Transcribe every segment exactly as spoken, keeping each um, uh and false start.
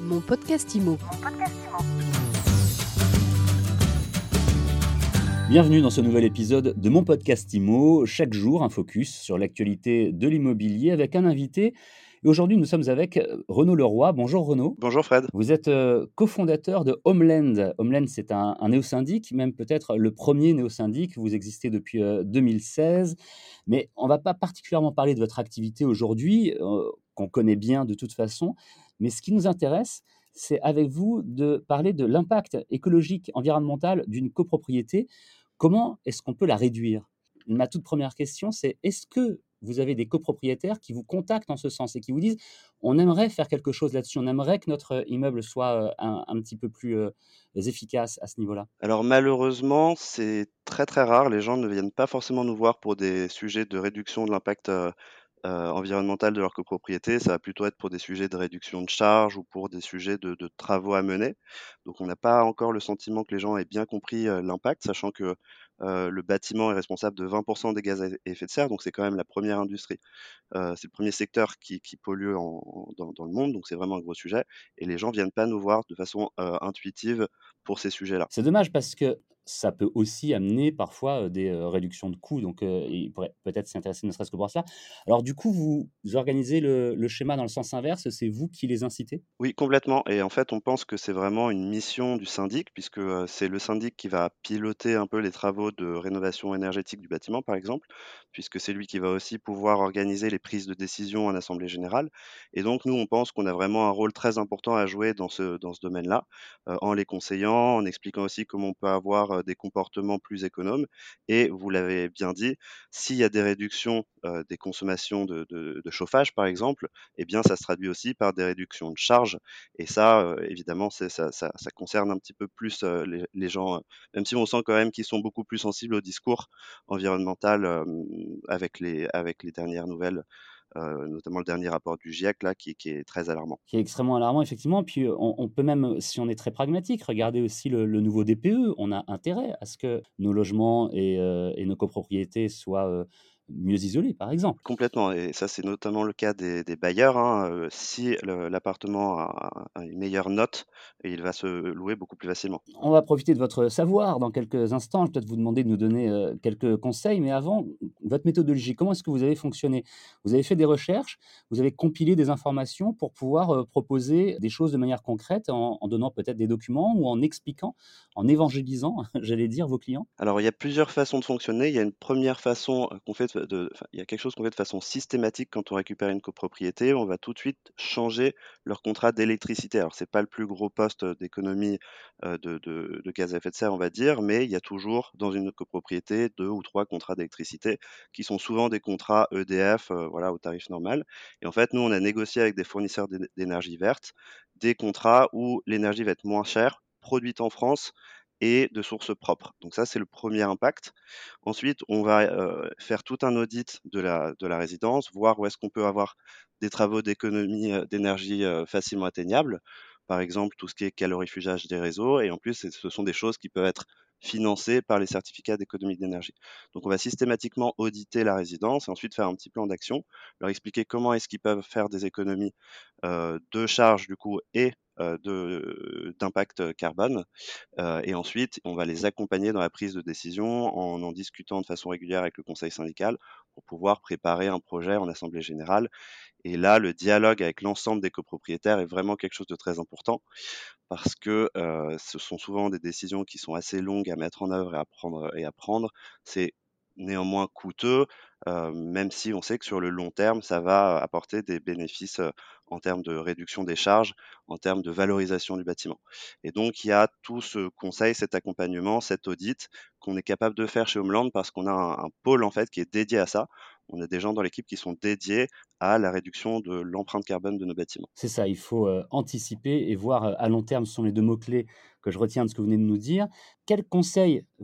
Mon podcast Imo. Bienvenue dans ce nouvel épisode de mon podcast Imo. Chaque jour, un focus sur l'actualité de l'immobilier avec un invité. Et aujourd'hui, nous sommes avec Renaud Leroy. Bonjour Renaud. Bonjour Fred. Vous êtes euh, cofondateur de Homeland. Homeland, c'est un, un néo-syndic, même peut-être le premier néo-syndic. Vous existez depuis euh, deux mille seize. Mais on ne va pas particulièrement parler de votre activité aujourd'hui, euh, qu'on connaît bien de toute façon. Mais ce qui nous intéresse, c'est avec vous de parler de l'impact écologique, environnemental d'une copropriété. Comment est-ce qu'on peut la réduire? Ma toute première question, c'est est-ce que vous avez des copropriétaires qui vous contactent en ce sens et qui vous disent on aimerait faire quelque chose là-dessus, on aimerait que notre immeuble soit euh, un, un petit peu plus euh, efficace à ce niveau-là? Alors malheureusement, c'est très très rare. Les gens ne viennent pas forcément nous voir pour des sujets de réduction de l'impact euh, euh, environnemental de leur copropriété. Ça va plutôt être pour des sujets de réduction de charges ou pour des sujets de, de travaux à mener. Donc on n'a pas encore le sentiment que les gens aient bien compris euh, l'impact, sachant que euh, le bâtiment est responsable de vingt pour cent des gaz à effet de serre. Donc c'est quand même la première industrie. Euh, c'est le premier secteur qui, qui pollue en- en- dans, dans le monde. Donc c'est vraiment un gros sujet. Et les gens viennent pas nous voir de façon euh, intuitive pour ces sujets-là. C'est dommage parce que ça peut aussi amener parfois, heu, des, heu, réductions de coûts donc heu, ils pourraient peut-être s'y intéresser ne serait-ce que pour ça. Alors du coup, vous organisez le le schéma dans le sens inverse, c'est vous qui les incitez? Oui, complètement. Et en fait, on pense que c'est vraiment une mission du syndic, puisque euh, c'est le syndic qui va piloter un peu les travaux de rénovation énergétique du bâtiment, par exemple, puisque c'est lui qui va aussi pouvoir organiser les prises de décision en assemblée générale. Et donc, nous, on pense qu'on a vraiment un rôle très important à jouer dans ce, dans ce domaine-là, euh, en les conseillant, en expliquant aussi comment on peut avoir euh, des comportements plus économes. Et vous l'avez bien dit, s'il y a des réductions euh, des consommations de, de de chauffage, par exemple, eh bien, ça se traduit aussi par des réductions de charges. Et ça, euh, évidemment, c'est, ça, ça, ça concerne un petit peu plus euh, les, les gens, euh, même si on sent quand même qu'ils sont beaucoup plus sensibles au discours environnemental euh, avec, les, avec les dernières nouvelles, euh, notamment le dernier rapport du GIEC, là, qui, qui est très alarmant. Qui est extrêmement alarmant effectivement, puis, heu, on on peut même, si on est très pragmatique, regarder aussi le le nouveau D P E. On a intérêt à ce que nos logements et heu et nos copropriétés soient, heu, mieux isolés, par exemple. Complètement, et ça, c'est notamment le cas des, des bailleurs, hein. Euh, si le- l'appartement a, a une meilleure note, il va se louer beaucoup plus facilement. On va profiter de votre savoir dans quelques instants. Je vais peut-être vous demander de nous donner, heu, quelques conseils, mais avant, votre méthodologie, comment est-ce que vous avez fonctionné? Vous avez fait des recherches, vous avez compilé des informations pour pouvoir, heu, proposer des choses de manière concrète en en donnant peut-être des documents ou en expliquant, en évangélisant, j'allais dire, vos clients? Alors, il y a plusieurs façons de fonctionner. Il y a une première façon euh, qu'on fait de, de- enfin, il y a quelque chose qu'on fait de façon systématique quand on récupère une copropriété. On va tout de suite changer leur contrat d'électricité. Alors, c'est pas le plus gros poste d'économie euh, de, de- de gaz à effet de serre, on va dire, mais il y a toujours dans une copropriété deux ou trois contrats d'électricité qui sont souvent des contrats E D F, euh, voilà, au tarif normal. Et en fait, nous, on a négocié avec des fournisseurs d'é- d'énergie verte des contrats où l'énergie va être moins chère, produite en France et de sources propres. Donc ça, c'est le premier impact. Ensuite, on va euh, faire tout un audit de la, de la résidence, voir où est-ce qu'on peut avoir des travaux d'économie euh, d'énergie euh, facilement atteignables. Par exemple, tout ce qui est calorifugage des réseaux. Et en plus, c'est- ce sont des choses qui peuvent être financées par les certificats d'économie d'énergie. Donc, on va systématiquement auditer la résidence et ensuite faire un petit plan d'action, leur expliquer comment est-ce qu'ils peuvent faire des économies euh, de charges du coup et euh, de- d'impact carbone. Euh, et ensuite, on va les accompagner dans la prise de décision en en discutant de façon régulière avec le conseil syndical pour pouvoir préparer un projet en assemblée générale. Et là, le dialogue avec l'ensemble des copropriétaires est vraiment quelque chose de très important parce que euh, ce sont souvent des décisions qui sont assez longues à mettre en œuvre et à prendre. Et à prendre. C'est néanmoins coûteux, euh, même si on sait que sur le long terme, ça va apporter des bénéfices euh, en termes de réduction des charges, en termes de valorisation du bâtiment. Et donc, il y a tout ce conseil, cet accompagnement, cet audit qu'on est capable de faire chez Homeland parce qu'on a un, un pôle en fait qui est dédié à ça. On a des gens dans l'équipe qui sont dédiés à la réduction de l'empreinte carbone de nos bâtiments. C'est ça, il faut, heu, anticiper et voir, heu, à long terme. Ce sont les deux mots clés que je retiens de ce que vous venez de nous dire. Quels conseils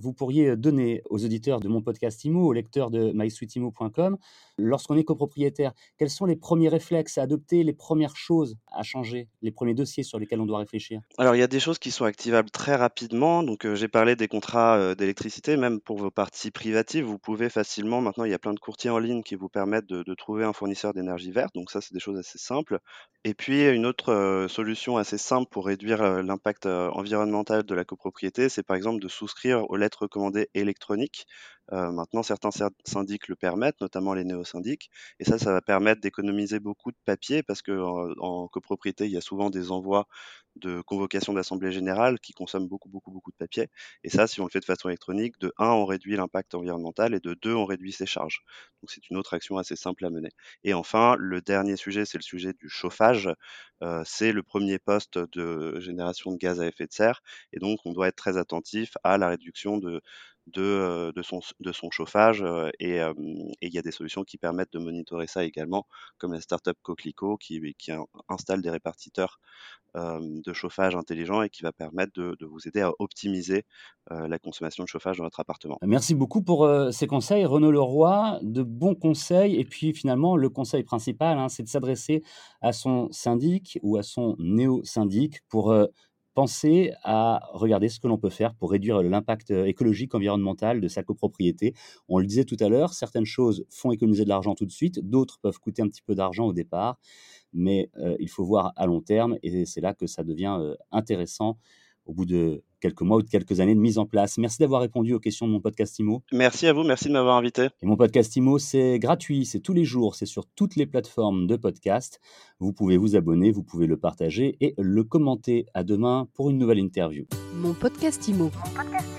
vous pourriez donner aux auditeurs de mon podcast Imo, aux lecteurs de my sweet imo point com, lorsqu'on est copropriétaire, quels sont les premiers réflexes à adopter, les premières choses à changer, les premiers dossiers sur lesquels on doit réfléchir? Alors, il y a des choses qui sont activables très rapidement. Donc, heu, j'ai parlé des contrats, heu, d'électricité. Même pour vos parties privatives, vous pouvez facilement maintenant, il y a plein de courtiers en ligne qui vous permettent de de trouver un fournisseur d'énergie verte. Donc ça, c'est des choses assez simples. Et puis, une autre, heu, solution assez simple pour réduire, heu, l'impact, heu, environnemental de la copropriété, c'est par exemple de souscrire aux lettres recommandées électroniques. Heu, maintenant, certains cer syndics le permettent, notamment les néo-syndics. Et ça, ça va permettre d'économiser beaucoup de papier parce qu'en en copropriété, il y a souvent des envois de convocation d'assemblée générale qui consomment beaucoup, beaucoup, beaucoup de papier. Et ça, si on le fait de façon électronique, de un, on réduit l'impact environnemental et de deux, on réduit ses charges. Donc c'est une autre action assez simple à mener. Et enfin, le dernier sujet, c'est le sujet du chauffage. Heu, c'est le premier poste de génération de gaz à effet de serre et donc on doit être très attentif à la réduction de de, heu, de son de son chauffage, heu et hem et il y a des solutions qui permettent de monitorer ça également, comme la startup Coquelicot qui qui in installe des répartiteurs hem, de chauffage intelligent et qui va permettre de de vous aider à optimiser, heu, la consommation de chauffage dans votre appartement. Merci beaucoup pour, heu, ces conseils, Renaud Leroy, de bons conseils et puis finalement le conseil principal, hein, c'est de s'adresser à son syndic ou à son néo-syndic pour, heu, penser à regarder ce que l'on peut faire pour réduire l'impact, heu, écologique, environnemental de sa copropriété. On le disait tout à l'heure, certaines choses font économiser de l'argent tout de suite, d'autres peuvent coûter un petit peu d'argent au départ, mais, heu, il faut voir à long terme et c'est là que ça devient, heu, intéressant au bout de quelques mois ou de quelques années de mise en place. Merci d'avoir répondu aux questions de mon podcast Imo. Merci à vous, merci de m'avoir invité. Et mon podcast Imo, c'est gratuit, c'est tous les jours, c'est sur toutes les plateformes de podcast. Vous pouvez vous abonner, vous pouvez le partager et le commenter. À demain pour une nouvelle interview. Mon podcast Imo.